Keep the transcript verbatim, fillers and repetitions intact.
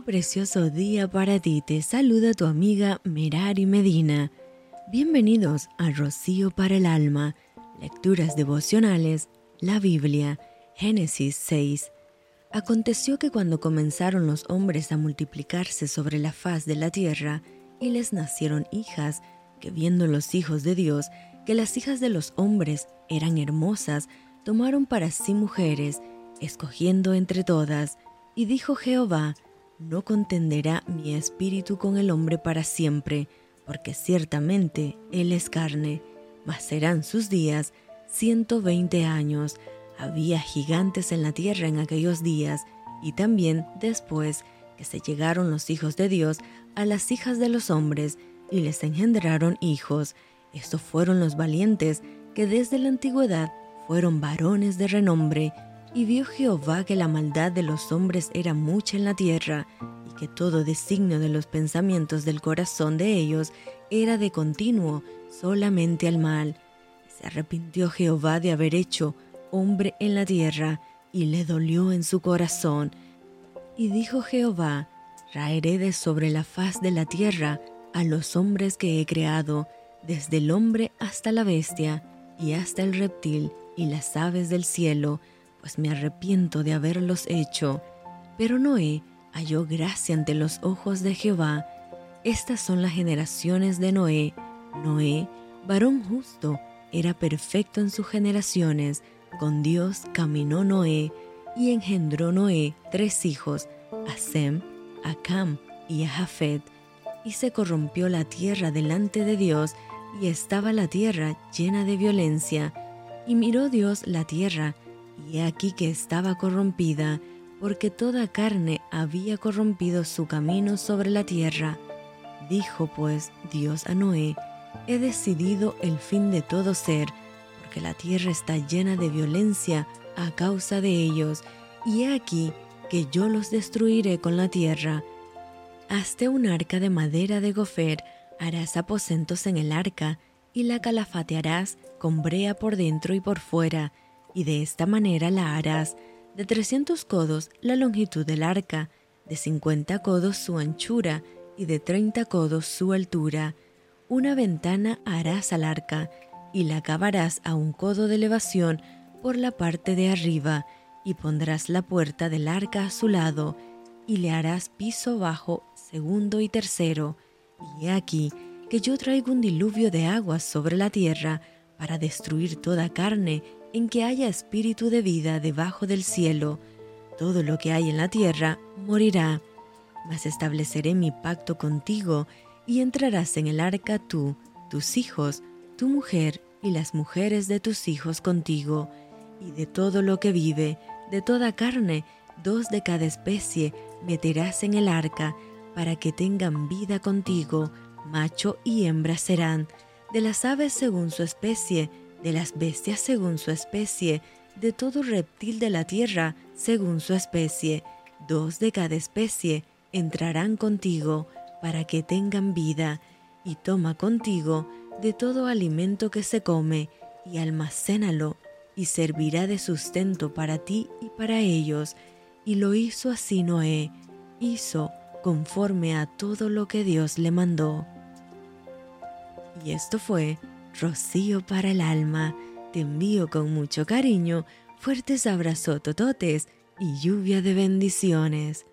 precioso día para ti, te saluda tu amiga Merari Medina. Bienvenidos a Rocío para el Alma, lecturas devocionales, la Biblia, Génesis seis. Aconteció que cuando comenzaron los hombres a multiplicarse sobre la faz de la tierra, y les nacieron hijas, que viendo los hijos de Dios, que las hijas de los hombres eran hermosas, tomaron para sí mujeres, escogiendo entre todas. Y dijo Jehová: no contenderá mi espíritu con el hombre para siempre, porque ciertamente él es carne, mas serán sus días ciento veinte años. Había gigantes en la tierra en aquellos días, y también después que se llegaron los hijos de Dios a las hijas de los hombres, y les engendraron hijos. Estos fueron los valientes, que desde la antigüedad fueron varones de renombre. Y vio Jehová que la maldad de los hombres era mucha en la tierra, y que todo designio de los pensamientos del corazón de ellos era de continuo solamente al mal. Y se arrepintió Jehová de haber hecho hombre en la tierra, y le dolió en su corazón. Y dijo Jehová: raeré de sobre la faz de la tierra a los hombres que he creado, desde el hombre hasta la bestia, y hasta el reptil y las aves del cielo, pues me arrepiento de haberlos hecho. Pero Noé halló gracia ante los ojos de Jehová. Estas son las generaciones de Noé. Noé, varón justo, era perfecto en sus generaciones. Con Dios caminó Noé, y engendró Noé tres hijos, a Sem, a Cam y a Jafet. Y se corrompió la tierra delante de Dios, y estaba la tierra llena de violencia. Y miró Dios la tierra, y he aquí que estaba corrompida, porque toda carne había corrompido su camino sobre la tierra. Dijo pues Dios a Noé: he decidido el fin de todo ser, porque la tierra está llena de violencia a causa de ellos, y he aquí que yo los destruiré con la tierra. Hazte un arca de madera de gofer, harás aposentos en el arca, y la calafatearás con brea por dentro y por fuera, y de esta manera la harás: de trescientos codos la longitud del arca, de cincuenta codos su anchura, y de treinta codos su altura. Una ventana harás al arca, y la acabarás a un codo de elevación por la parte de arriba, y pondrás la puerta del arca a su lado, y le harás piso bajo, segundo y tercero. Y he aquí que yo traigo un diluvio de aguas sobre la tierra, para destruir toda carne en que haya espíritu de vida debajo del cielo. Todo lo que hay en la tierra morirá. Mas estableceré mi pacto contigo, y entrarás en el arca tú, tus hijos, tu mujer y las mujeres de tus hijos contigo. Y de todo lo que vive, de toda carne, dos de cada especie meterás en el arca, para que tengan vida contigo, macho y hembra serán, de las aves según su especie, de las bestias según su especie, de todo reptil de la tierra según su especie. Dos de cada especie entrarán contigo, para que tengan vida. Y toma contigo de todo alimento que se come, y almacénalo, y servirá de sustento para ti y para ellos. Y lo hizo así Noé, hizo conforme a todo lo que Dios le mandó. Y esto fue Rocío para el Alma. Te envío con mucho cariño, fuertes abrazos tototes y lluvia de bendiciones.